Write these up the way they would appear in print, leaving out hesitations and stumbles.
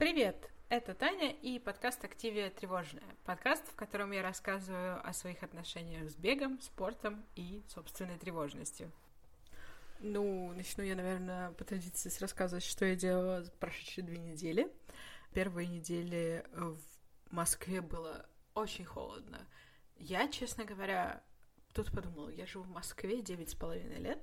Привет! Это Таня и подкаст «Активия тревожная». Подкаст, в котором я рассказываю о своих отношениях с бегом, спортом и собственной тревожностью. Начну я, наверное, по традиции рассказывать, что я делала прошедшие 2 недели. Первые недели в Москве было очень холодно. Я, честно говоря, тут подумала, я живу в Москве 9,5 лет,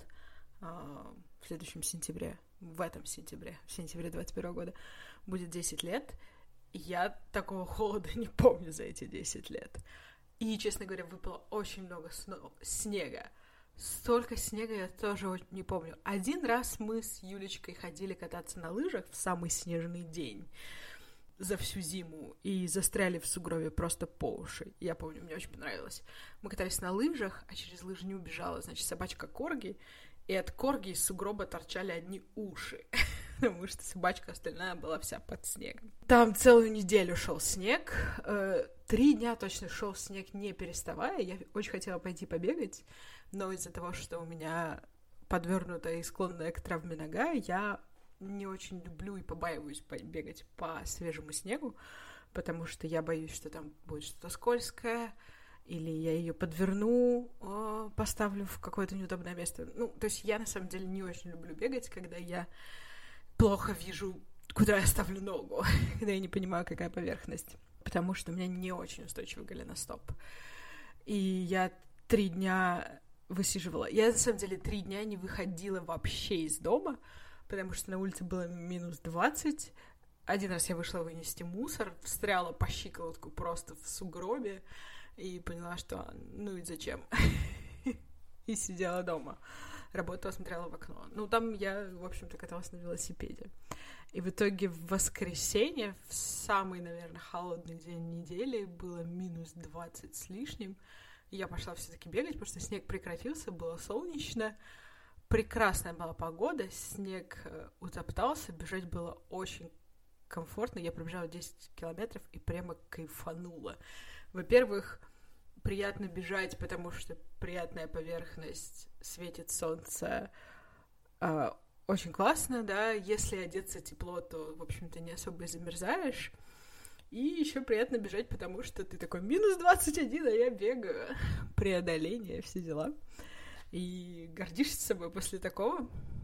в следующем сентябре, в сентябре 2021 года, будет 10 лет. Я такого холода не помню за эти 10 лет. И, честно говоря, выпало очень много снега. Столько снега я тоже не помню. Один раз мы с Юлечкой ходили кататься на лыжах в самый снежный день за всю зиму и застряли в сугробе просто по уши. Я помню, мне очень понравилось. Мы катались на лыжах, а через лыжи не убежала, значит, собачка Корги, и от Корги из сугроба торчали одни уши, потому что собачка остальная была вся под снегом. Там целую неделю шел снег, 3 дня точно шел снег, не переставая. Я очень хотела пойти побегать, но из-за того, что у меня подвернутая и склонная к травме нога, я не очень люблю и побаиваюсь бегать по свежему снегу, потому что я боюсь, что там будет что-то скользкое, или я ее подверну, поставлю в какое-то неудобное место. То есть я, на самом деле, не очень люблю бегать, когда я плохо вижу, куда я ставлю ногу, когда я не понимаю, какая поверхность, потому что у меня не очень устойчивый голеностоп. И я 3 дня высиживала. Я, на самом деле, 3 дня не выходила вообще из дома, потому что на улице было минус 20. Один раз я вышла вынести мусор, встряла по щиколотку просто в сугробе и поняла, что и зачем. И сидела дома. Работала, смотрела в окно. Там я, в общем-то, каталась на велосипеде. И в итоге в воскресенье, в самый, наверное, холодный день недели, было минус 20 с лишним. И я пошла все-таки бегать, потому что снег прекратился, было солнечно. Прекрасная была погода, снег утоптался, бежать было очень комфортно. Я пробежала 10 километров и прямо кайфанула. Во-первых, приятно бежать, потому что приятная поверхность, светит солнце, очень классно, да, если одеться тепло, то, в общем-то, не особо и замерзаешь. И еще приятно бежать, потому что ты такой, минус 21, а я бегаю. Преодоление, все дела. И гордишься собой после такого.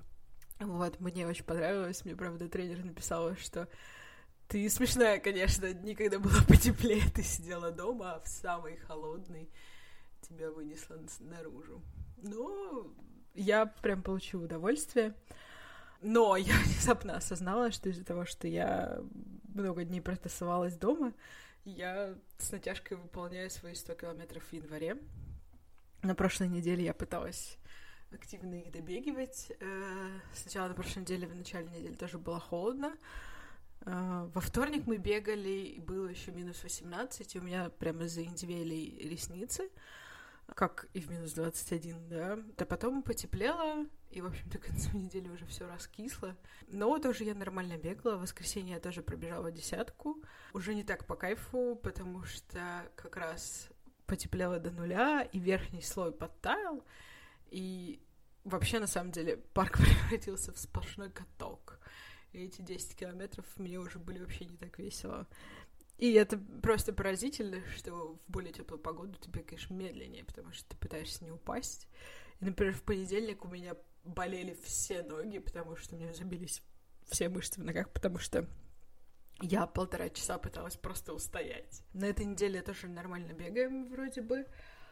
Мне очень понравилось. Мне, правда, тренер написала, что ты смешная, конечно, никогда было потеплее, ты сидела дома, а в самый холодный тебя вынесло наружу. Но я прям получила удовольствие. Но я внезапно осознала, что из-за того, что я много дней протасовалась дома, я с натяжкой выполняю свои 100 километров в январе. На прошлой неделе я пыталась активно их добегивать. Сначала на прошлой неделе, в начале недели тоже было холодно. Во вторник мы бегали, и было еще минус 18, и у меня прямо заиндивели ресницы, как и в минус 21, да. А потом потеплело, и, в общем-то, к концу недели уже все раскисло. Но тоже я нормально бегала. В воскресенье я тоже пробежала 10. Уже не так по кайфу, потому что как раз потеплело до 0, и верхний слой подтаял, и вообще, на самом деле, парк превратился в сплошной каток. И эти 10 километров мне уже были вообще не так весело. И это просто поразительно, что в более теплую погоду ты бегаешь медленнее, потому что ты пытаешься не упасть. И, например, в понедельник у меня болели все ноги, потому что у меня забились все мышцы в ногах, потому что я 1,5 часа пыталась просто устоять. На этой неделе тоже нормально бегаем вроде бы.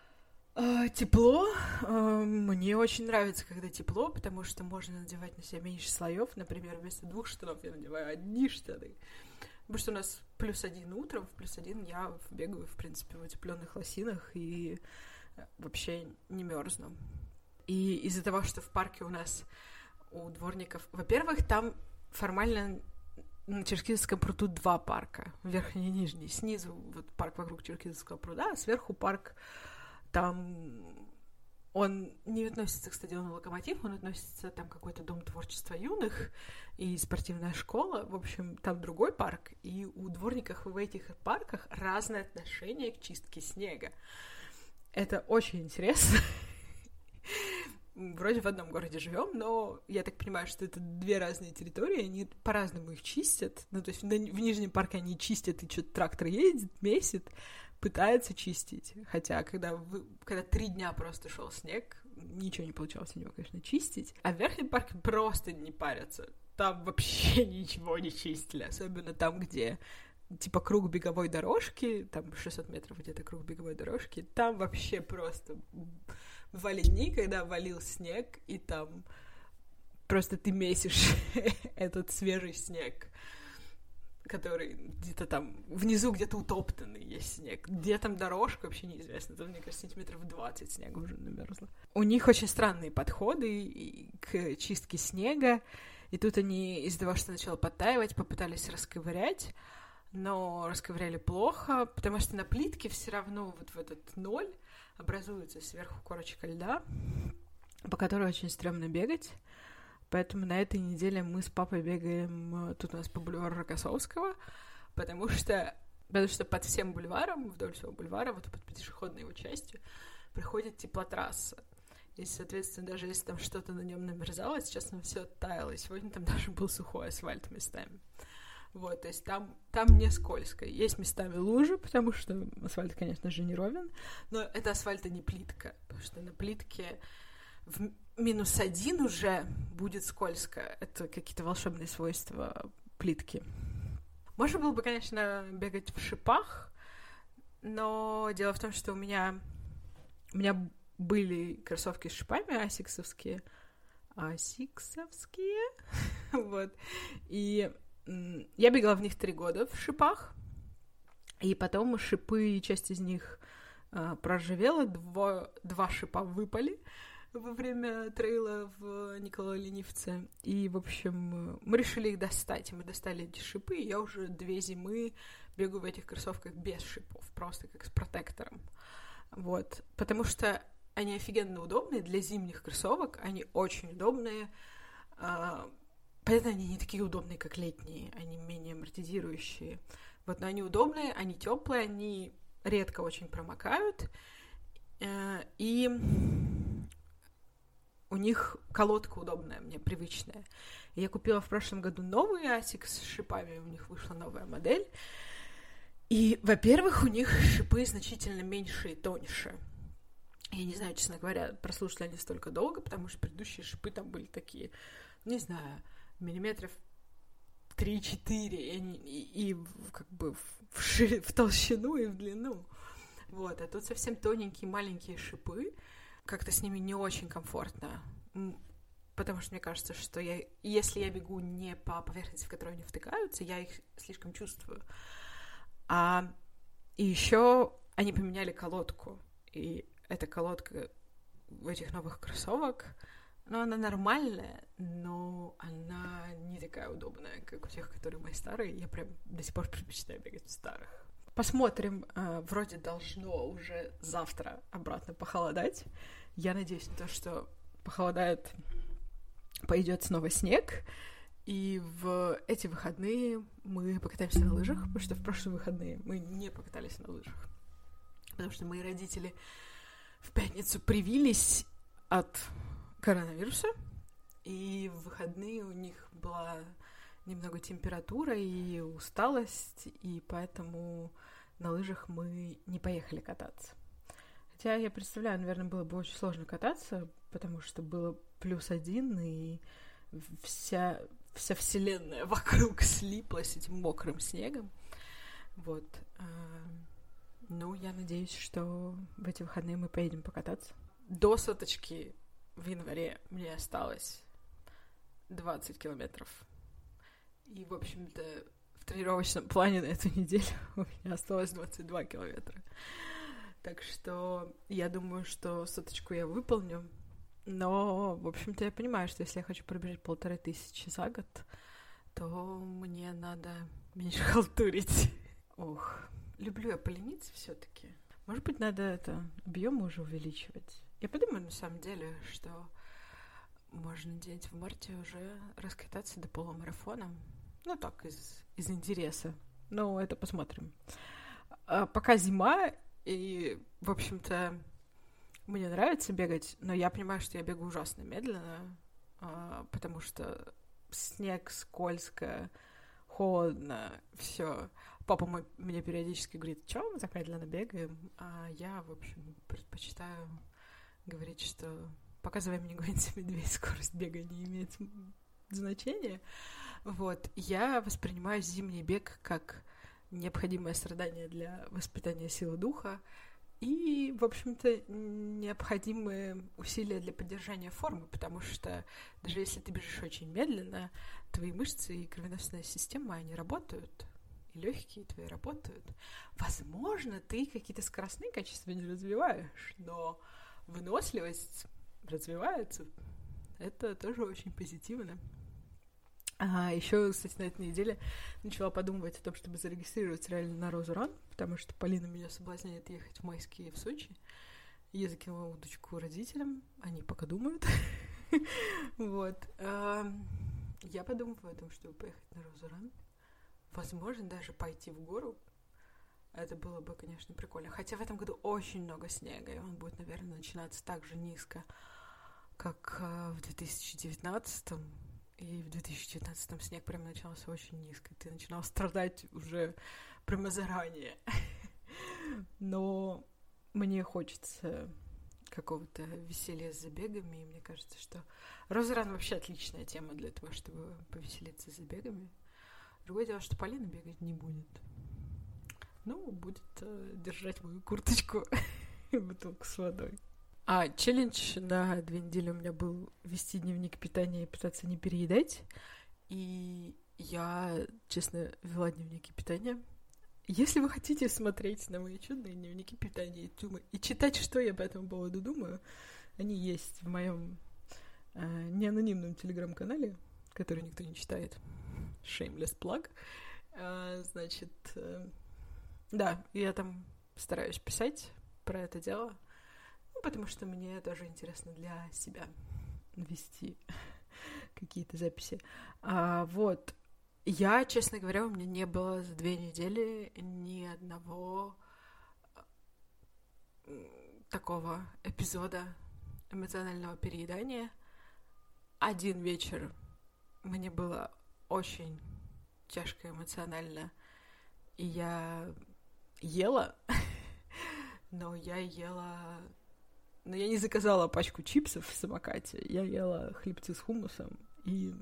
Тепло. Мне очень нравится, когда тепло, потому что можно надевать на себя меньше слоев. Например, вместо 2 штанов я надеваю одни штаны. Потому что у нас +1 утром, в +1 я бегаю, в принципе, в утепленных лосинах и вообще не мерзну. И из-за того, что в парке у нас у дворников... Во-первых, там формально на Черкизовском пруду 2 парка. Верхний и нижний. Снизу парк вокруг Черкизовского пруда, а сверху парк там... Он не относится к стадиону «Локомотив», он относится там какой-то дом творчества юных и спортивная школа. В общем, там другой парк, и у дворников в этих парках разное отношение к чистке снега. Это очень интересно. вроде в одном городе живем, но я так понимаю, что это две разные территории, они по-разному их чистят. Ну, то есть в Нижнем парке они чистят, и что-то трактор едет, месит, пытается чистить. Хотя, когда 3 дня просто шел снег, ничего не получалось у него, конечно, чистить. А в Верхнем парке просто не парятся. Там вообще ничего не чистили, особенно там, где типа круг беговой дорожки, там 600 метров где-то круг беговой дорожки, там вообще просто бывали дни, когда валил снег, и там просто ты месишь этот свежий снег, который где-то там внизу где-то утоптанный есть снег. Где там дорожка, вообще неизвестно. Там, мне кажется, сантиметров 20 снега уже намерзло. У них очень странные подходы к чистке снега, и тут они из-за того, что начало подтаивать, попытались расковырять, но расковыряли плохо, потому что на плитке все равно вот в этот ноль образуется сверху корочка льда, по которой очень стрёмно бегать. Поэтому на этой неделе мы с папой бегаем тут у нас по бульвару Рокоссовского, потому что под всем бульваром, вдоль всего бульвара, вот под пешеходной его частью, проходит теплотрасса. И, соответственно, даже если там что-то на нем намерзало, сейчас оно все оттаяло, и сегодня там даже был сухой асфальт местами. Вот, то есть там не скользко. Есть местами лужи, потому что асфальт, конечно же, не ровен, но это асфальт, а не плитка, потому что на плитке в -1 уже будет скользко. Это какие-то волшебные свойства плитки. Можно было бы, конечно, бегать в шипах, но дело в том, что у меня были кроссовки с шипами асиксовские, вот, и я бегала в них 3 года в шипах, и потом шипы, часть из них проржавела, 2 шипа выпали во время трейла в Николая Ленивце, и, в общем, мы решили их достать, и мы достали эти шипы, и я уже 2 зимы бегаю в этих кроссовках без шипов, просто как с протектором, вот, потому что они офигенно удобные для зимних кроссовок, они очень удобные. Понятно, они не такие удобные, как летние, они менее амортизирующие. Вот, но они удобные, они теплые, они редко очень промокают. И у них колодка удобная, мне привычная. Я купила в прошлом году новый Asics с шипами, у них вышла новая модель. И, во-первых, у них шипы значительно меньше и тоньше. Я не знаю, честно говоря, прослушали они столько долго, потому что предыдущие шипы там были такие, не знаю, миллиметров 3-4, и как бы в толщину и в длину. Вот, а тут совсем тоненькие маленькие шипы, как-то с ними не очень комфортно, потому что мне кажется, что если я бегу не по поверхности, в которую они втыкаются, я их слишком чувствую. И еще они поменяли колодку, и эта колодка в этих новых кроссовок, ну, она нормальная, но она не такая удобная, как у тех, которые мои старые. Я прям до сих пор предпочитаю бегать в старых. Посмотрим. Вроде должно уже завтра обратно похолодать. Я надеюсь на то, что похолодает, пойдет снова снег. И в эти выходные мы покатаемся на лыжах, потому что в прошлые выходные мы не покатались на лыжах. Потому что мои родители в пятницу привились от коронавируса, и в выходные у них была немного температура и усталость, и поэтому на лыжах мы не поехали кататься. Хотя я представляю, наверное, было бы очень сложно кататься, потому что было +1, и вся вселенная вокруг слиплась этим мокрым снегом. Вот. Ну, я надеюсь, что в эти выходные мы поедем покататься. До соточки в январе мне осталось 20 километров. И, в общем-то, в тренировочном плане на эту неделю у меня осталось 22 километра. Так что я думаю, что соточку я выполню. Но, в общем-то, я понимаю, что если я хочу пробежать 1500 за год, то мне надо меньше халтурить. Ох, люблю я полениться все-таки. Может быть, надо объемы уже увеличивать. Я подумаю, на самом деле, что можно где-нибудь в марте уже раскататься до полумарафона. Ну, так, из интереса. Ну, это посмотрим. Пока зима, и, в общем-то, Мне нравится бегать, но я понимаю, что я бегаю ужасно медленно, потому что снег, скользко, холодно, все. Папа мой мне периодически говорит: "Чё мы так медленно бегаем?" А я, в общем, предпочитаю говорить, что пока за вами не гонится медведь, скорость бега не имеет значения. Вот. Я воспринимаю зимний бег как необходимое страдание для воспитания силы духа и, в общем-то, необходимые усилия для поддержания формы, потому что даже если ты бежишь очень медленно, твои мышцы и кровеносная система, они работают, и легкие твои работают. Возможно, ты какие-то скоростные качества не развиваешь, но выносливость развивается. Это тоже очень позитивно. Еще, кстати, на этой неделе начала подумывать о том, чтобы зарегистрироваться реально на Розу Ран, потому что Полина меня соблазняет ехать в майские в Сочи. Я закинула удочку родителям, они пока думают. Вот. Я подумываю о том, чтобы поехать на Розу Ран. Возможно, даже пойти в гору. Это было бы, конечно, прикольно. Хотя в этом году очень много снега, и он будет, наверное, начинаться так же низко, как в 2019-м. И в 2019-м снег прям начался очень низко. И ты начинал страдать уже прямо заранее. Но мне хочется какого-то веселья с забегами, и мне кажется, что Роза Ран вообще отличная тема для того, чтобы повеселиться с забегами. Другое дело, что Полина бегать не будет. Ну, будет держать мою курточку и бутылку с водой. Челлендж на 2 недели у меня был вести дневник питания и пытаться не переедать. И я, честно, вела дневники питания. Если вы хотите смотреть на мои чудные дневники питания и читать, что я по этому поводу думаю, они есть в моем неанонимном телеграм-канале, который никто не читает. Shameless plug. Значит, да, я там стараюсь писать про это дело, потому что мне тоже интересно для себя вести какие-то записи. Вот. Я, честно говоря, у меня не было за 2 недели ни одного такого эпизода эмоционального переедания. Один вечер мне было очень тяжко эмоционально, и я ела, но я не заказала пачку чипсов в самокате, я ела хлебцы с хумусом, и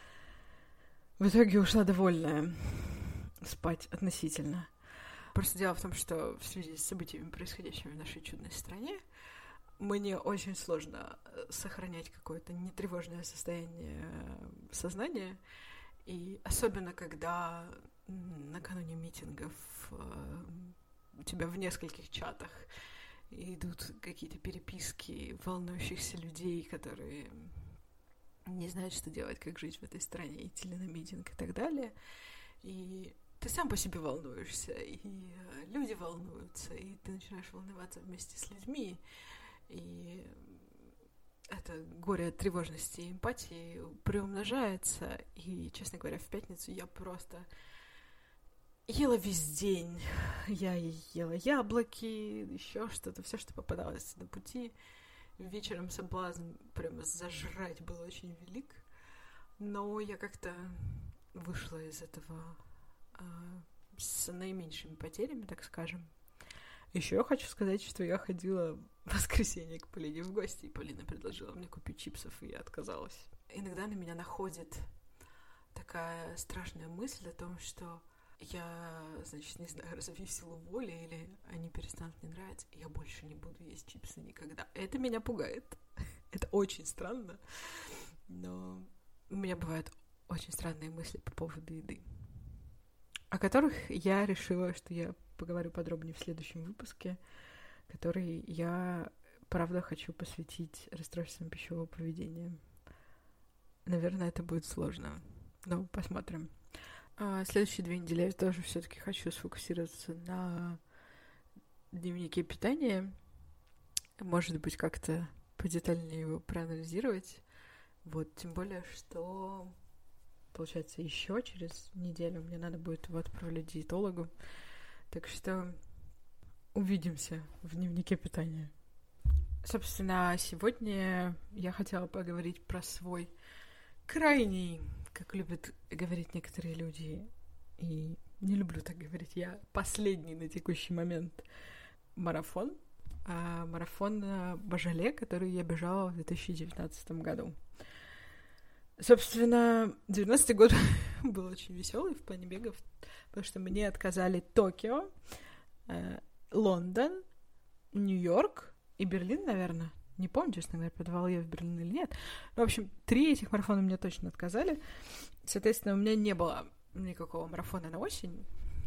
в итоге ушла довольная спать относительно. Просто дело в том, что в связи с событиями, происходящими в нашей чудной стране, мне очень сложно сохранять какое-то нетревожное состояние сознания, и особенно когда накануне митингов у тебя в нескольких чатах идут какие-то переписки волнующихся людей, которые не знают, что делать, как жить в этой стране, идти ли на митинг и так далее. И ты сам по себе волнуешься, и люди волнуются, и ты начинаешь волноваться вместе с людьми. И это горе от тревожности и эмпатии приумножается. И, честно говоря, в пятницу я просто ела весь день. Я ела яблоки, еще что-то, все, что попадалось на пути. Вечером соблазн прямо зажрать был очень велик. Но я как-то вышла из этого с наименьшими потерями, так скажем. Еще я хочу сказать, что я ходила в воскресенье к Полине в гости, и Полина предложила мне купить чипсов, и я отказалась. Иногда на меня находит такая страшная мысль о том, что я, значит, не знаю, разовью силу воли, или они перестанут мне нравиться, и я больше не буду есть чипсы никогда. Это меня пугает. Это очень странно, но у меня бывают очень странные мысли по поводу еды, о которых я решила, что я поговорю подробнее в следующем выпуске, который я, правда, хочу посвятить расстройствам пищевого поведения. Наверное, это будет сложно, но посмотрим. Следующие 2 недели я тоже все-таки хочу сфокусироваться на дневнике питания. Может быть, как-то подетальнее его проанализировать. Вот, тем более, что, получается, еще через неделю мне надо будет его отправлять диетологу. Так что увидимся в дневнике питания. Собственно, сегодня я хотела поговорить про свой крайний, как любят говорить некоторые люди, и не люблю так говорить, я последний на текущий момент марафон. Марафон Божоле, который я бежала в 2019 году. Собственно, 19-й год был очень веселый в плане бегов, потому что мне отказали Токио, Лондон, Нью-Йорк и Берлин, наверное. Не помню, честно говоря, подавала я в Берлин или нет. Но, в общем, 3 этих марафона мне точно отказали. Соответственно, у меня не было никакого марафона на осень.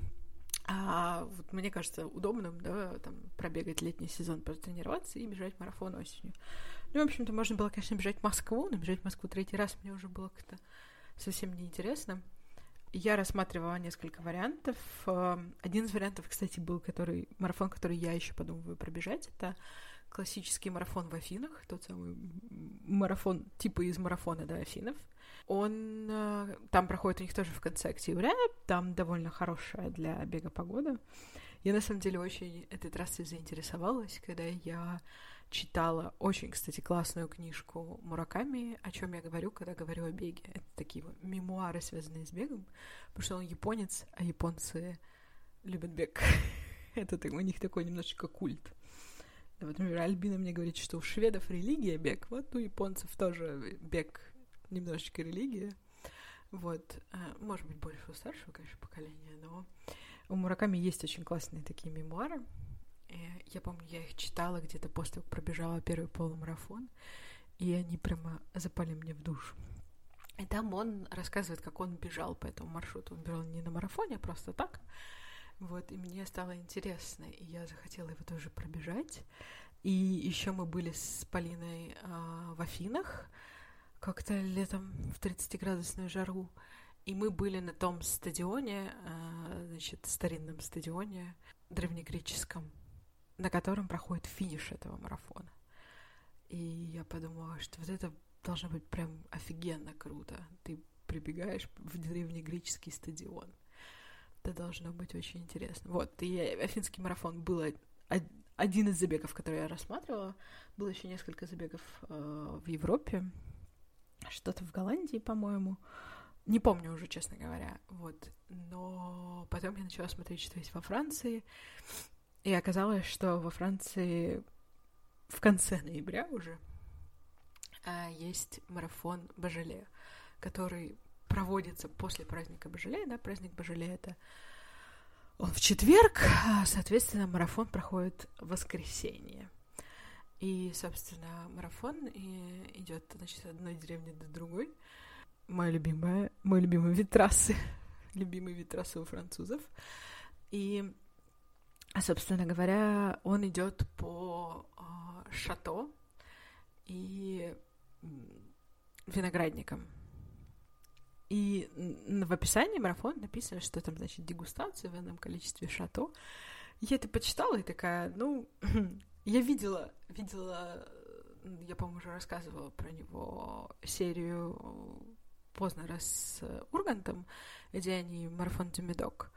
А вот мне кажется удобным, да, там, пробегать летний сезон, потренироваться и бежать марафон осенью. Ну, в общем-то, можно было, конечно, бежать Москву, но бежать Москву 3-й раз мне уже было как-то совсем неинтересно. Я рассматривала несколько вариантов. Один из вариантов, кстати, был марафон, который я еще подумываю пробежать. Это классический марафон в Афинах, тот самый марафон, типа из марафона до Афинов. Он там проходит у них тоже в конце октября, там довольно хорошая для бега погода. Я, на самом деле, очень этой трассой заинтересовалась, когда я читала очень, кстати, классную книжку Мураками, о чем я говорю, когда говорю о беге. Это такие вот мемуары, связанные с бегом, потому что он японец, а японцы любят бег. Это у них такой немножечко культ. Вот, например, Альбина мне говорит, что у шведов религия бег, вот у японцев тоже бег немножечко религия. Вот, может быть, больше у старшего, конечно, поколения, но у Мураками есть очень классные такие мемуары. Я помню, я их читала где-то после того, как пробежала первый полумарафон, и они прямо запали мне в душу. И там он рассказывает, как он бежал по этому маршруту. Он бежал не на марафоне, а просто так. Вот, и мне стало интересно, и я захотела его тоже пробежать. И еще мы были с Полиной в Афинах как-то летом в 30-градусную жару. И мы были на том стадионе, значит, старинном стадионе, древнегреческом, на котором проходит финиш этого марафона. И я подумала, что вот это должно быть прям офигенно круто. Ты прибегаешь в древнегреческий стадион. Это должно быть очень интересно. Вот, и Афинский марафон был один из забегов, который я рассматривала. Было еще несколько забегов в Европе. Что-то в Голландии, по-моему. Не помню уже, честно говоря. Вот. Но потом я начала смотреть, что есть во Франции. И оказалось, что во Франции в конце ноября уже есть марафон Божоле, который проводится после праздника Божоле, да, праздник Божоле — это он в четверг, соответственно, марафон проходит в воскресенье. И, собственно, марафон идет, значит, от одной деревни до другой. Мой любимый вид трассы, любимый вид трассы у французов. И, собственно говоря, он идет по шато и виноградникам. И в описании марафона написано, что там, значит, дегустации в энном количестве шато. Я это почитала и такая, я видела, я, по-моему, уже рассказывала про него серию Познера с Ургантом, где они марафон Дюмедок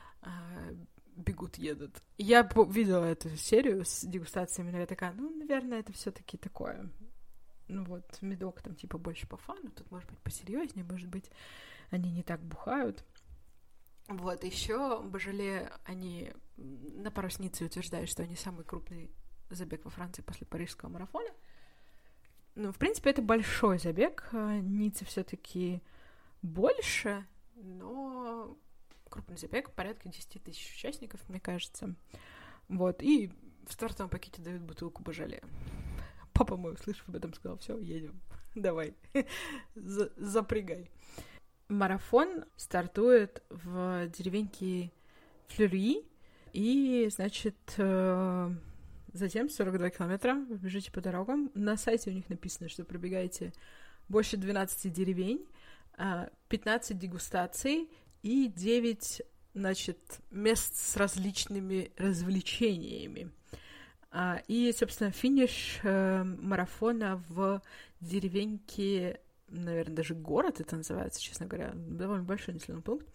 едут. Я видела эту серию с дегустациями, но я такая, наверное, это все-таки такое. Вот, Медок там типа больше по фану, тут может быть посерьезнее, может быть, они не так бухают. Вот, еще Божоле, они на паруснице утверждают, что они самый крупный забег во Франции после парижского марафона. В принципе, это большой забег, Ницца все-таки больше, но крупный забег, порядка 10 тысяч участников, мне кажется. Вот, и в стартовом пакете дают бутылку Божоле. Папа мой, услышав об этом, сказал: все, едем, давай, запрягай. Марафон стартует в деревеньке Флюри, и, значит, затем 42 километра вы бежите по дорогам. На сайте у них написано, что пробегаете больше 12 деревень, 15 дегустаций и 9, значит, мест с различными развлечениями. И, собственно, финиш марафона в деревеньке, наверное, даже город это называется, честно говоря, довольно большой населенный пункт,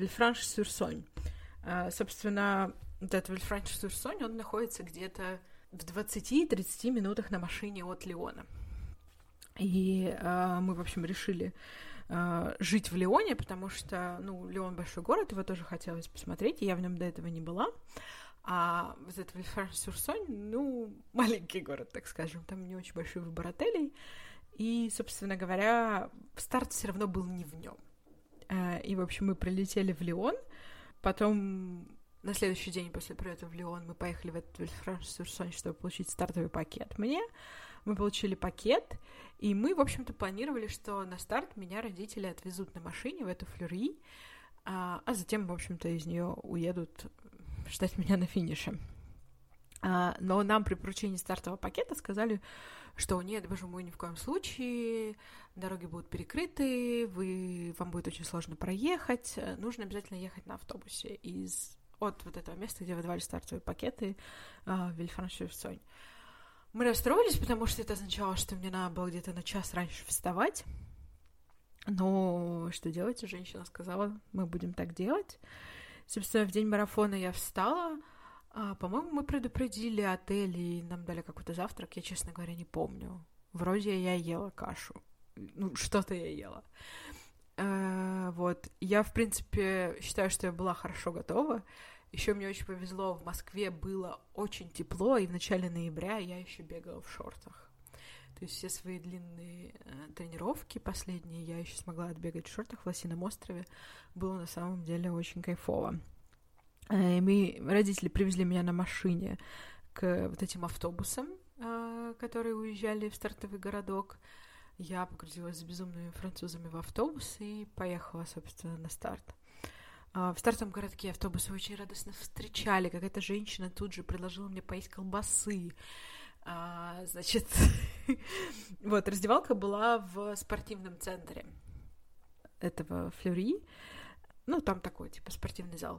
Вильфранш-сюр-Сонь. Собственно, вот этот Вильфранш-сюр-Сонь, он находится где-то в 20-30 минутах на машине от Лиона. И мы, в общем, решили жить в Лионе, потому что, Лион большой город, его тоже хотелось посмотреть, и я в нем до этого не была. А вот этот Вильфранш-сюр-Сонь, маленький город, так скажем, там не очень большой выбор отелей, и, собственно говоря, старт все равно был не в нем. И, в общем, мы прилетели в Лион, потом на следующий день после прилета в Лион мы поехали в этот Вильфранш-сюр-Сонь, чтобы получить стартовый пакет мне. Мы получили пакет, и мы, в общем-то, планировали, что на старт меня родители отвезут на машине в эту Флюри, а затем, в общем-то, из нее уедут ждать меня на финише. Но нам при поручении стартового пакета сказали, что нет, боже мой, ни в коем случае, дороги будут перекрыты, вам будет очень сложно проехать, нужно обязательно ехать на автобусе от вот этого места, где выдавали стартовые пакеты, в Вильфранш-сюр-Сонь. Мы расстроились, потому что это означало, что мне надо было где-то на час раньше вставать. Но что делать? Женщина сказала, мы будем так делать. Собственно, в день марафона я встала. По-моему, мы предупредили отель, и нам дали какой-то завтрак. Я, честно говоря, не помню. Вроде я ела кашу. Что-то я ела. Вот. Я, в принципе, считаю, что я была хорошо готова. Еще мне очень повезло, в Москве было очень тепло, и в начале ноября я еще бегала в шортах. То есть все свои длинные тренировки последние я еще смогла отбегать в шортах в Лосином острове. Было на самом деле очень кайфово. Родители привезли меня на машине к вот этим автобусам, которые уезжали в стартовый городок. Я погрузилась с безумными французами в автобус и поехала, собственно, на старт. В стартовом городке автобусы очень радостно встречали. Какая-то женщина тут же предложила мне поесть колбасы. Значит, вот, раздевалка была в спортивном центре этого Флюри. Там такой, типа, спортивный зал.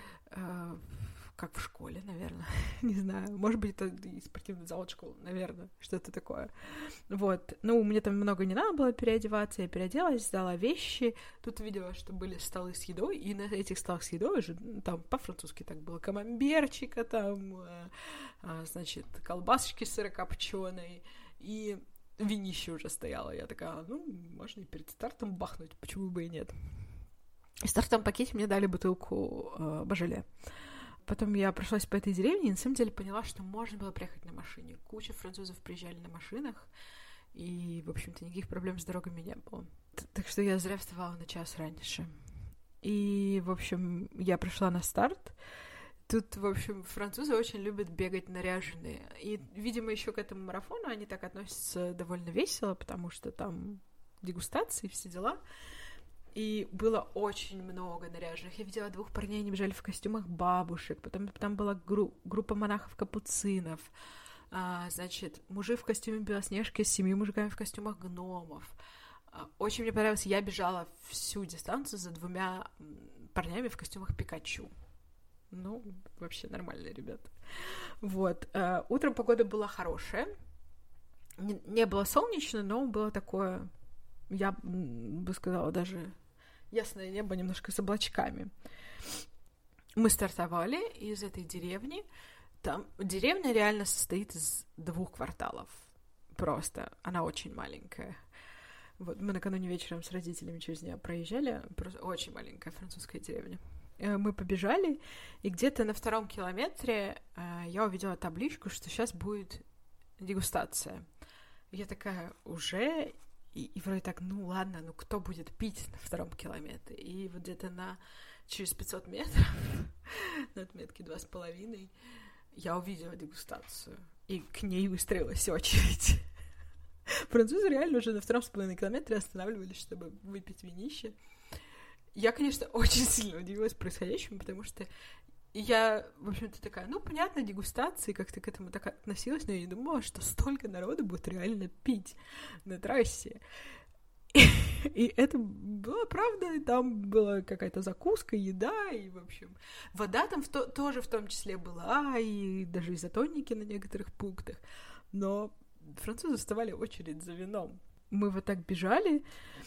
Как в школе, наверное. Не знаю. Может быть, это и спортивный зал школы, наверное. Что-то такое. Вот. Мне там много не надо было переодеваться. Я переоделась, сдала вещи. Тут видела, что были столы с едой. И на этих столах с едой уже, там по-французски так было. Камамберчика, там, значит, колбасочки сырокопченой. И винище уже стояло. Я такая, можно и перед стартом бахнуть. Почему бы и нет. В стартовом пакете мне дали бутылку Божоле. Потом я прошлась по этой деревне и на самом деле поняла, что можно было приехать на машине. Куча французов приезжали на машинах, и, в общем-то, никаких проблем с дорогами не было. Так что я зря вставала на час раньше. И, в общем, я пришла на старт. Тут, в общем, французы очень любят бегать наряженные. И, видимо, еще к этому марафону они так относятся довольно весело, потому что там дегустации, все дела. И было очень много наряженных. Я видела 2 парней, они бежали в костюмах бабушек. Потом там была группа монахов-капуцинов. Значит, мужи в костюме Белоснежки с 7 мужиками в костюмах гномов. Очень мне понравилось. Я бежала всю дистанцию за 2 парнями в костюмах Пикачу. Вообще нормальные ребята. Вот. Утром погода была хорошая. Не было солнечно, но было такое, я бы сказала, даже ясное небо немножко с облачками. Мы стартовали из этой деревни. Там деревня реально состоит из 2 кварталов. Просто. Она очень маленькая. Вот мы накануне вечером с родителями через нее проезжали. Просто очень маленькая французская деревня. Мы побежали, и где-то на 2 километре я увидела табличку, что сейчас будет дегустация. Я такая, уже... И вроде так, ладно, кто будет пить на 2 километре? И вот где-то через 500 метров, на отметке 2,5, я увидела дегустацию. И к ней выстроилась очередь. Французы реально уже на 2,5 километре останавливались, чтобы выпить винище. Я, конечно, очень сильно удивилась происходящему, потому что я, в общем-то, такая, понятно, дегустации, как-то к этому так относилась, но я не думала, что столько народу будет реально пить на трассе. И это было правда, и там была какая-то закуска, еда, и, в общем, вода там тоже в том числе была, и даже изотоники на некоторых пунктах. Но французы вставали в очередь за вином. Мы вот так бежали,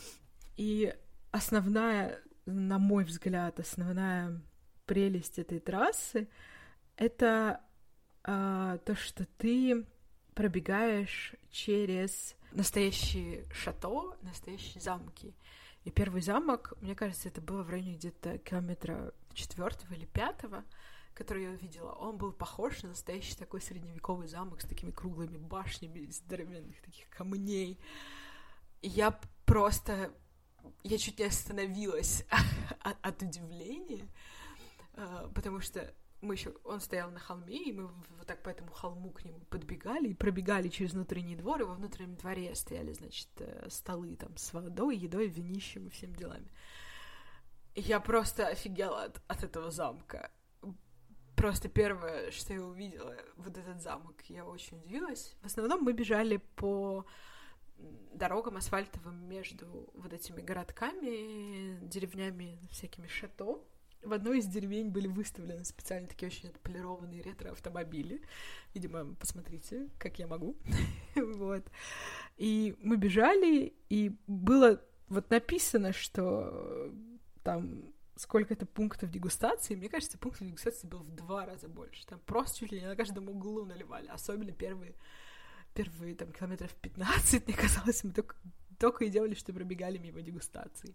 и основная, на мой взгляд, основная прелесть этой трассы — это то, что ты пробегаешь через настоящие шато, настоящие замки. И первый замок, мне кажется, это было в районе где-то километра 4 или 5, который я увидела. Он был похож на настоящий такой средневековый замок с такими круглыми башнями из здоровенных таких камней. И я чуть не остановилась от удивления, потому что он стоял на холме, и мы вот так по этому холму к нему подбегали и пробегали через внутренний двор, и во внутреннем дворе стояли, значит, столы там с водой, едой, винищем и всеми делами. И я просто офигела от этого замка. Просто первое, что я увидела, вот этот замок, я очень удивилась. В основном мы бежали по дорогам асфальтовым между вот этими городками, деревнями, всякими шато. В одной из деревень были выставлены специально такие очень отполированные ретро-автомобили. Видимо, посмотрите, как я могу. Вот. И мы бежали, и было вот написано, что там сколько-то пунктов дегустации. Мне кажется, пунктов дегустации было в 2 раза больше. Там просто чуть ли не на каждом углу наливали. Особенно первые там километров 15, мне казалось, мы только и делали, что пробегали мимо дегустаций.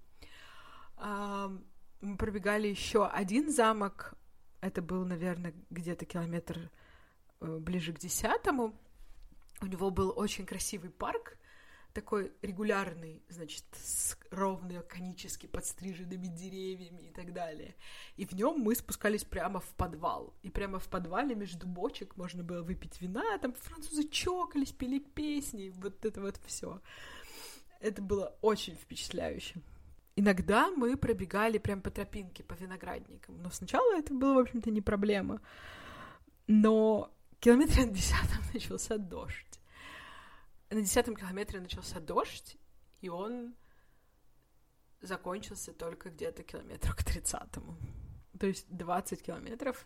Мы пробегали еще один замок. Это был, наверное, где-то километр ближе к 10-му. У него был очень красивый парк, такой регулярный, значит, с ровно конически подстриженными деревьями и так далее. И в нем мы спускались прямо в подвал. И прямо в подвале между бочек можно было выпить вина, там французы чокались, пели песни, вот это вот все. Это было очень впечатляюще. Иногда мы пробегали прям по тропинке, по виноградникам. Но сначала это было, в общем-то, не проблема. Но километре на 10-м начался дождь. На 10-м километре начался дождь, и он закончился только где-то километру к 30-му. То есть 20 километров,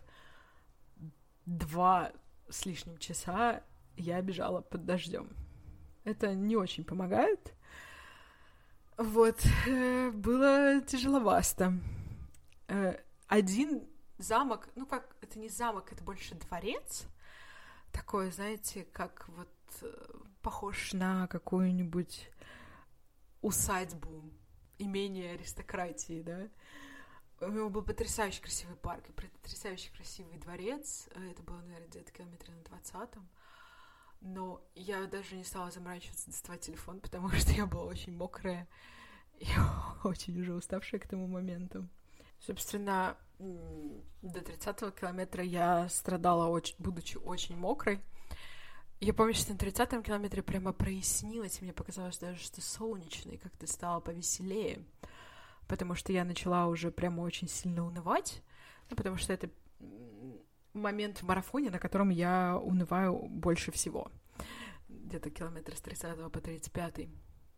2 с лишним часа я бежала под дождем. Это не очень помогает. Вот, было тяжеловасто. Один замок, это не замок, это больше дворец, такой, знаете, как вот похож на какую-нибудь усадьбу, имение аристократии, да. У него был потрясающе красивый парк и потрясающе красивый дворец. Это было, наверное, где-то километре на 20-м. Но я даже не стала заморачиваться, доставать телефон, потому что я была очень мокрая и очень уже уставшая к тому моменту. Собственно, до 30-го километра я страдала, будучи очень мокрой. Я помню, что на 30-м километре прямо прояснилось, и мне показалось даже, что солнечно, и как-то стало повеселее, потому что я начала уже прямо очень сильно унывать, потому что это момент в марафоне, на котором я унываю больше всего. Где-то километр с 30 по 35.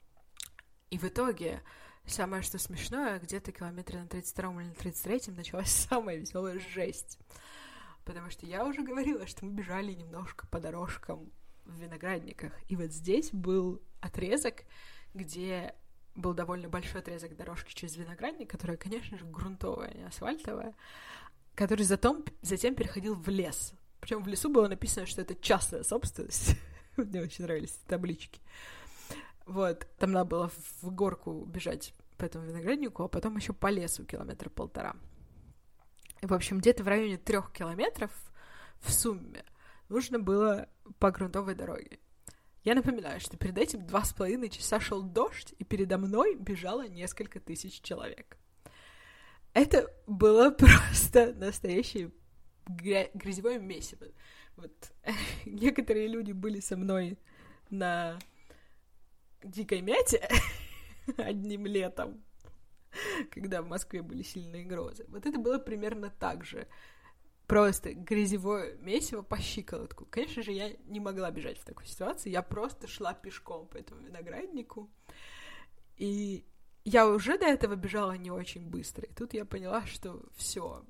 И в итоге, самое что смешное, где-то километре на 32 или на 33 началась самая веселая жесть. Потому что я уже говорила, что мы бежали немножко по дорожкам в виноградниках. И вот здесь был отрезок, где был довольно большой отрезок дорожки через виноградник, которая, конечно же, грунтовая, не асфальтовая, который затем переходил в лес. Причем в лесу было написано, что это частная собственность. Мне очень нравились таблички. Вот, там надо было в горку бежать по этому винограднику, а потом еще по лесу 1,5 километра. И, в общем, где-то в районе 3 километров в сумме нужно было по грунтовой дороге. Я напоминаю, что перед этим 2,5 часа шел дождь, и передо мной бежало несколько тысяч человек. Это было просто настоящее грязевое месиво. Вот. Некоторые люди были со мной на дикой мяте одним летом, когда в Москве были сильные грозы. Вот это было примерно так же. Просто грязевое месиво по щиколотку. Конечно же, я не могла бежать в такой ситуации. Я просто шла пешком по этому винограднику. И я уже до этого бежала не очень быстро. И тут я поняла, что все,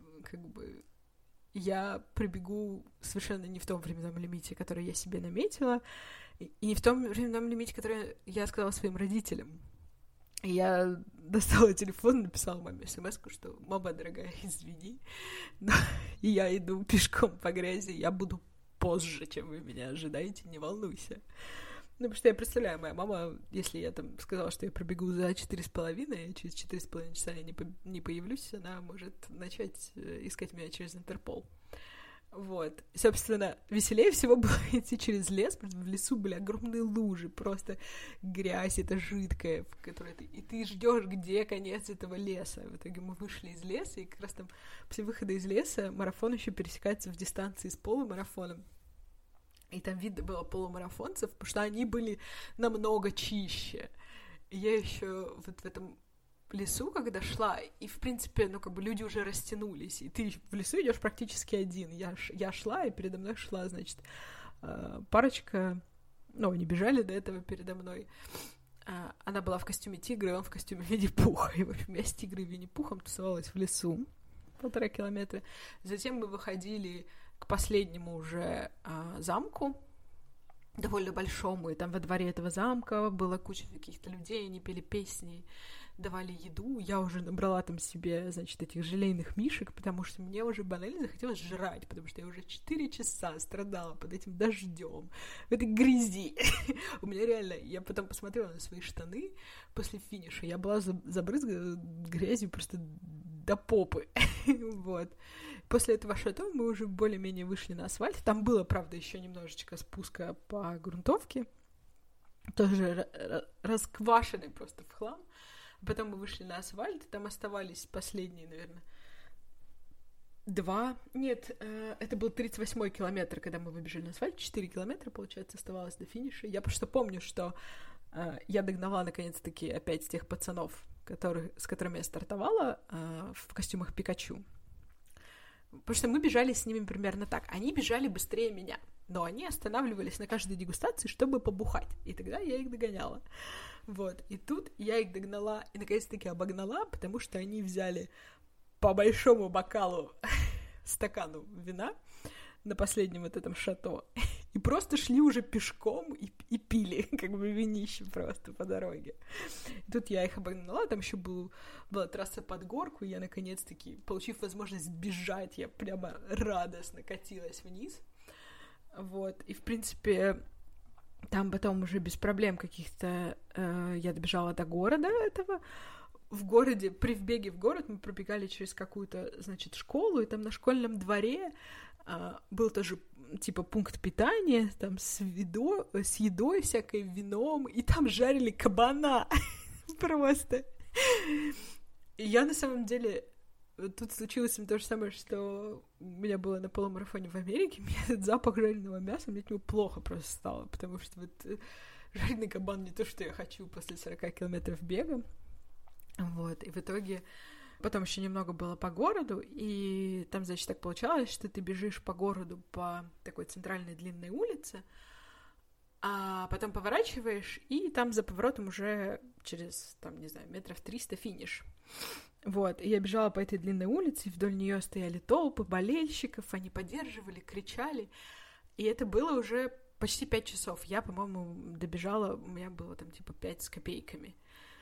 я прибегу совершенно не в том временном лимите, который я себе наметила, и не в том временном лимите, который я сказала своим родителям. И я достала телефон, написала маме смс-ку, что «Мама, дорогая, извини, но я иду пешком по грязи, я буду позже, чем вы меня ожидаете, не волнуйся. Ну, потому что я представляю, моя мама, если я там сказала, что я пробегу за 4,5, и через 4,5 часа я не появлюсь, она может начать искать меня через Интерпол. Вот. И, собственно, веселее всего было идти через лес, потому что в лесу были огромные лужи, просто грязь эта жидкая, в которой и ты ждешь, где конец этого леса. В итоге мы вышли из леса, и как раз там после выхода из леса марафон еще пересекается в дистанции с полумарафоном. И там видно было полумарафонцев, потому что они были намного чище. И я еще вот в этом лесу, когда шла, и, в принципе, ну, как бы люди уже растянулись, и ты в лесу идешь практически один. Я шла, и передо мной шла, значит, парочка, ну, они бежали до этого передо мной. Она была в костюме тигра, и он в костюме Винни-Пуха. И, в общем, я с тигрой и Винни-Пухом тусовалась в лесу 1,5 километра. Затем мы выходили к последнему уже замку, довольно большому, и там во дворе этого замка была куча каких-то людей, они пели песни, давали еду. Я уже набрала там себе, значит, этих желейных мишек, потому что мне уже банально захотелось жрать, потому что я уже 4 часа страдала под этим дождем, в этой грязи. У меня реально, я потом посмотрела на свои штаны после финиша, я была забрызгана грязью просто до попы. Вот. После этого шато мы уже более-менее вышли на асфальт. Там было, правда, еще немножечко спуска по грунтовке, тоже расквашенный просто в хлам. Потом мы вышли на асфальт, там оставались последние, наверное, 2... Нет, это был 38-й километр, когда мы выбежали на асфальт, 4 километра, получается, оставалось до финиша. Я просто помню, что я догнала, наконец-таки, опять тех пацанов, с которыми я стартовала в костюмах Пикачу. Потому что мы бежали с ними примерно так. Они бежали быстрее меня, но они останавливались на каждой дегустации, чтобы побухать. И тогда я их догоняла. Вот. И тут я их догнала и, наконец-таки, обогнала, потому что они взяли по большому бокалу стакану вина на последнем вот этом шато и просто шли уже пешком и пили, как бы винище просто по дороге. И тут я их обогнала, там еще была трасса под горку, и я, наконец-таки, получив возможность бежать, я прямо радостно катилась вниз. Вот, и, в принципе, там потом уже без проблем каких-то я добежала до города этого. В городе, при вбеге в город мы пробегали через какую-то, значит, школу, и там на школьном дворе был тоже, типа, пункт питания, там с едой всякой, вином, и там жарили кабана. Просто. И я, на самом деле, тут случилось то же самое, что у меня было на полумарафоне в Америке, мне этот запах жареного мяса, мне от него плохо просто стало, потому что вот жареный кабан не то, что я хочу после 40 километров бега. Вот, и в итоге потом еще немного было по городу, и там, значит, так получалось, что ты бежишь по городу по такой центральной длинной улице, а потом поворачиваешь, и там за поворотом уже через, там, не знаю, 300 метров финиш. Вот, и я бежала по этой длинной улице, и вдоль нее стояли толпы болельщиков, они поддерживали, кричали, и это было уже почти 5 часов. Я, по-моему, добежала, у меня было там типа 5 с копейками.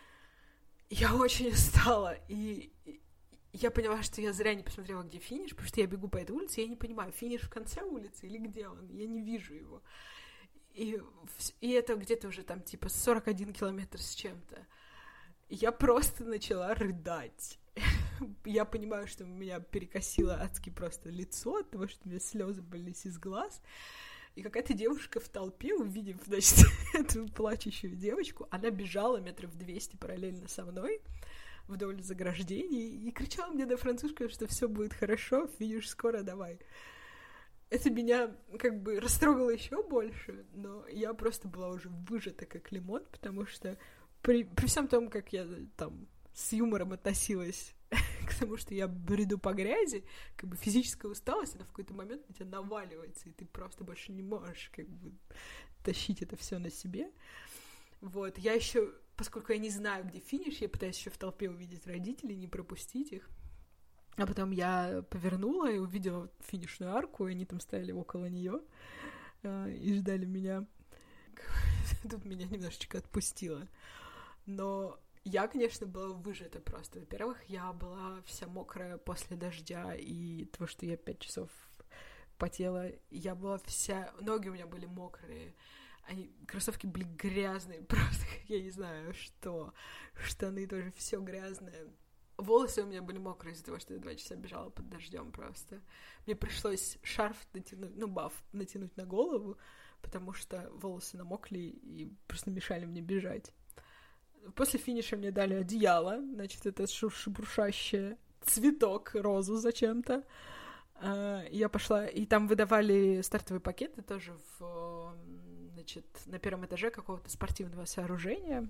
Я очень устала, и я поняла, что я зря не посмотрела, где финиш, потому что я бегу по этой улице, и я не понимаю, финиш в конце улицы или где он, я не вижу его. И это где-то уже там типа 41 километр с чем-то. Я просто начала рыдать. Я понимаю, что у меня перекосило адски просто лицо от того, что у меня слезы полились из глаз. И какая-то девушка в толпе, увидев, значит, эту плачущую девочку, она бежала 200 метров параллельно со мной вдоль заграждений и кричала мне на французском, что все будет хорошо, финиш скоро, давай. Это меня как бы растрогало еще больше, но я просто была уже выжата как лимон, потому что при всем том, как я там с юмором относилась к тому, что я бреду по грязи, как бы физическая усталость, она в какой-то момент на тебя наваливается, и ты просто больше не можешь как бы тащить это все на себе. Вот, я еще, поскольку я не знаю, где финиш, я пытаюсь еще в толпе увидеть родителей, не пропустить их. А потом я повернула и увидела финишную арку, и они там стояли около нее и ждали меня. Тут меня немножечко отпустило. Но я, конечно, была выжата просто. Во-первых, я была вся мокрая после дождя и того, что я 5 часов потела, я была вся... Ноги у меня были мокрые, кроссовки были грязные, просто, я не знаю, что. Штаны тоже все грязное. Волосы у меня были мокрые из-за того, что я 2 часа бежала под дождем просто. Мне пришлось шарф натянуть, баф натянуть на голову, потому что волосы намокли и просто мешали мне бежать. После финиша мне дали одеяло, значит, это шебуршащее, цветок, розу зачем-то. Я пошла, и там выдавали стартовые пакеты тоже значит, на 1 этаже какого-то спортивного сооружения.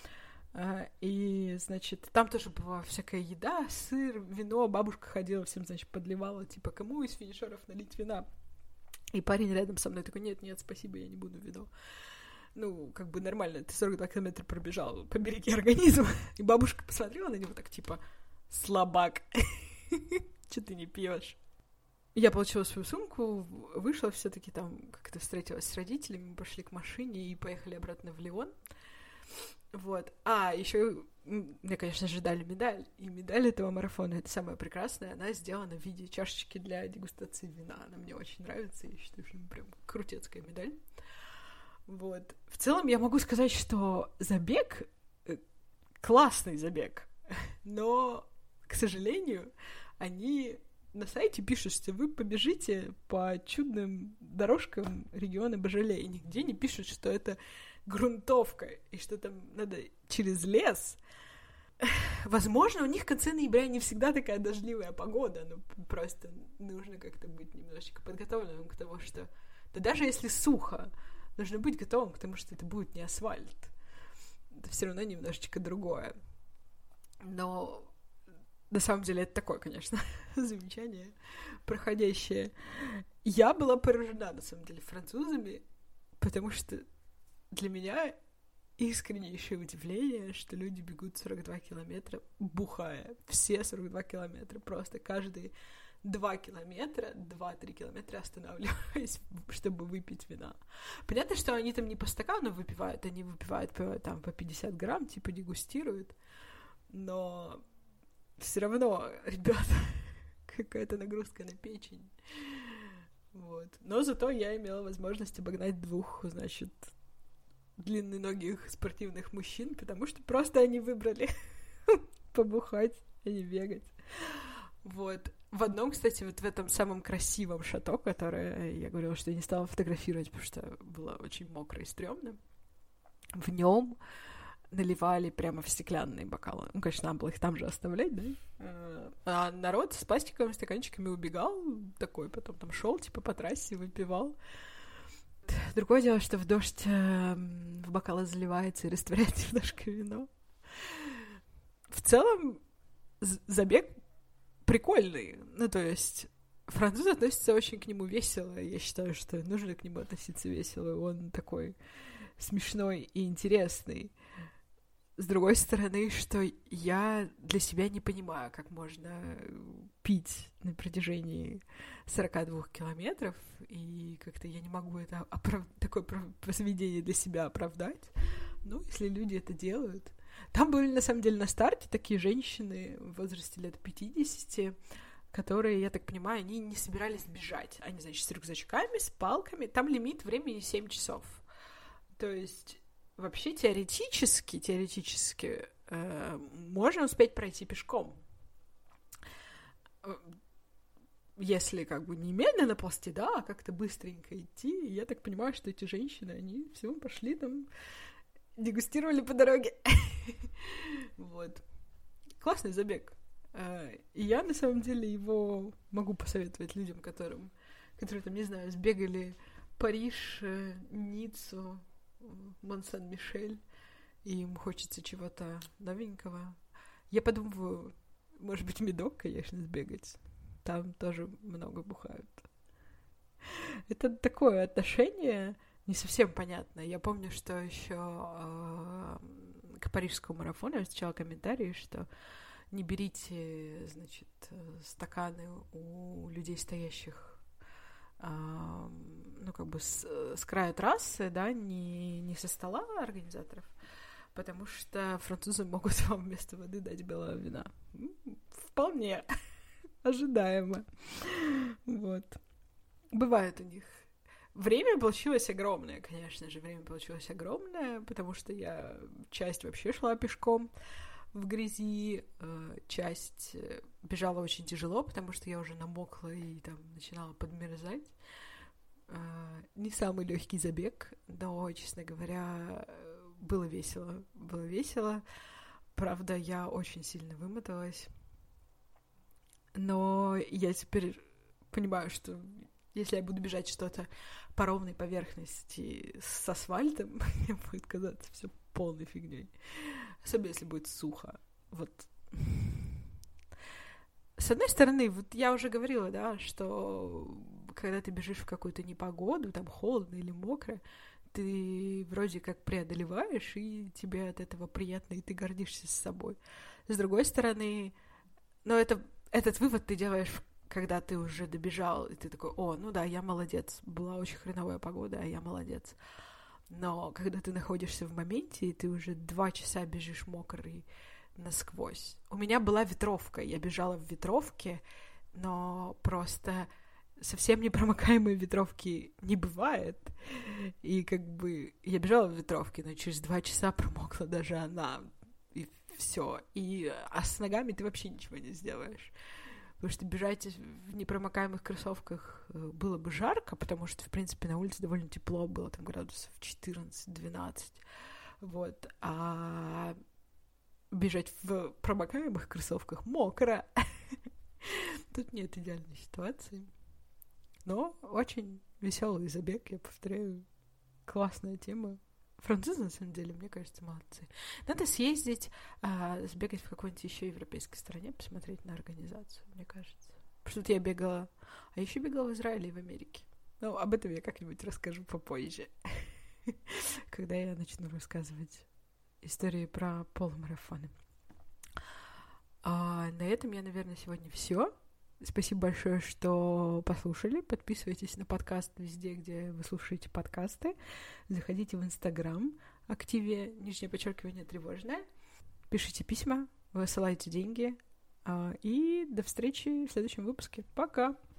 И, значит, там тоже была всякая еда, сыр, вино. Бабушка ходила, всем, значит, подливала, типа, кому из финишеров налить вина? И парень рядом со мной такой: нет, спасибо, я не буду вино. Ну, как бы нормально, ты 42 километра пробежал, побереги организм. И бабушка посмотрела на него так, типа, слабак, что ты не пьешь? Я получила свою сумку, вышла все-таки там, как-то встретилась с родителями, мы пошли к машине и поехали обратно в Лион. Вот. Еще мне, конечно же, дали медаль. И медаль этого марафона, это самое прекрасное, она сделана в виде чашечки для дегустации вина. Она мне очень нравится, я считаю, что прям крутецкая медаль. Вот. В целом я могу сказать, что забег — классный забег, но, к сожалению, они на сайте пишут, что вы побежите по чудным дорожкам региона Божолей, и нигде не пишут, что это грунтовка, и что там надо через лес. Возможно, у них в конце ноября не всегда такая дождливая погода, но просто нужно как-то быть немножечко подготовленным к тому, что... Да даже если сухо, нужно быть готовым к тому, что это будет не асфальт. Это все равно немножечко другое. Но на самом деле это такое, конечно, замечание проходящее. Я была поражена, на самом деле, французами, потому что для меня искреннейшее удивление, что люди бегут 42 километра, бухая. Все 42 километра. Просто каждые 2 километра, 2-3 километра останавливаясь, чтобы выпить вина. Понятно, что они там не по стакану выпивают, они выпивают там по 50 грамм, типа дегустируют, но все равно, ребята, какая-то нагрузка на печень. Вот. Но зато я имела возможность обогнать 2, значит, длинноногих спортивных мужчин, потому что просто они выбрали побухать, а не бегать. Вот. В одном, кстати, вот в этом самом красивом шато, которое я говорила, что я не стала фотографировать, потому что было очень мокро и стрёмно, в нем наливали прямо в стеклянные бокалы. Ну, конечно, надо было их там же оставлять, да? А народ с пластиковыми стаканчиками убегал такой, потом там шел типа по трассе, выпивал. Другое дело, что в дождь в бокалы заливается и растворяется немножко вино. В целом, забег прикольный. Ну, то есть, французы относятся очень к нему весело. Я считаю, что нужно к нему относиться весело. Он такой смешной и интересный. С другой стороны, что я для себя не понимаю, как можно пить на протяжении 42 километров, и как-то я не могу это такое поведение для себя оправдать. Ну, если люди это делают. Там были, на самом деле, на старте такие женщины в возрасте лет 50, которые, я так понимаю, они не собирались бежать. Они, значит, с рюкзачками, с палками. Там лимит времени 7 часов. То есть вообще теоретически можно успеть пройти пешком. Если как бы не медленно ползти, да, а как-то быстренько идти. Я так понимаю, что эти женщины, они все пошли там, дегустировали по дороге. Вот. Классный забег. И я, на самом деле, его могу посоветовать людям, которые там, не знаю, сбегали Париж, Ниццу, Мон-Сан-Мишель, и им хочется чего-то новенького. Я подумываю, может быть, Медок, конечно, сбегать. Там тоже много бухают. Это такое отношение не совсем понятно. Я помню, что еще к парижскому марафону я встречала комментарии, что не берите, значит, стаканы у людей, стоящих ну, как бы с края трассы, да, не со стола организаторов, потому что французы могут вам вместо воды дать белого вина. Вполне ожидаемо. Вот. бывает у них. Время получилось огромное, конечно же, время получилось огромное, потому что я часть вообще шла пешком в грязи, часть бежала очень тяжело, потому что я уже намокла и там начинала подмерзать. Не самый легкий забег, но, честно говоря, было весело. Было весело. Правда, я очень сильно вымоталась. Но я теперь понимаю, что если я буду бежать что-то по ровной поверхности с асфальтом, мне будет казаться все полной фигней. Особенно если будет сухо. Вот. С одной стороны, вот я уже говорила, да, что когда ты бежишь в какую-то непогоду, там холодно или мокро, ты вроде как преодолеваешь, и тебе от этого приятно, и ты гордишься с собой. С другой стороны, но этот вывод ты делаешь, когда ты уже добежал, и ты такой: о, ну да, я молодец, была очень хреновая погода, а я молодец. Но когда ты находишься в моменте, и ты уже 2 часа бежишь мокрый насквозь. У меня была ветровка, я бежала в ветровке, но просто совсем непромокаемой ветровки не бывает. И как бы я бежала в ветровке, но через 2 часа промокла даже она. И все. А с ногами ты вообще ничего не сделаешь. Потому что бежать в непромокаемых кроссовках было бы жарко, потому что, в принципе, на улице довольно тепло было, там градусов 14-12. Вот. А бежать в промокаемых кроссовках мокро. Тут нет идеальной ситуации. Но очень веселый забег, я повторяю. Классная тема. Французы, на самом деле, мне кажется, молодцы. Надо съездить, сбегать в какой-нибудь еще европейской стране, посмотреть на организацию, мне кажется. Потому что я бегала... А еще бегала в Израиле и в Америке. Ну, об этом я как-нибудь расскажу попозже. Когда я начну рассказывать истории про полумарафоны. На этом я, наверное, сегодня все. Спасибо большое, что послушали. Подписывайтесь на подкаст везде, где вы слушаете подкасты. Заходите в Инстаграм, Активия, _ тревожная. Пишите письма, высылайте деньги. И до встречи в следующем выпуске. Пока!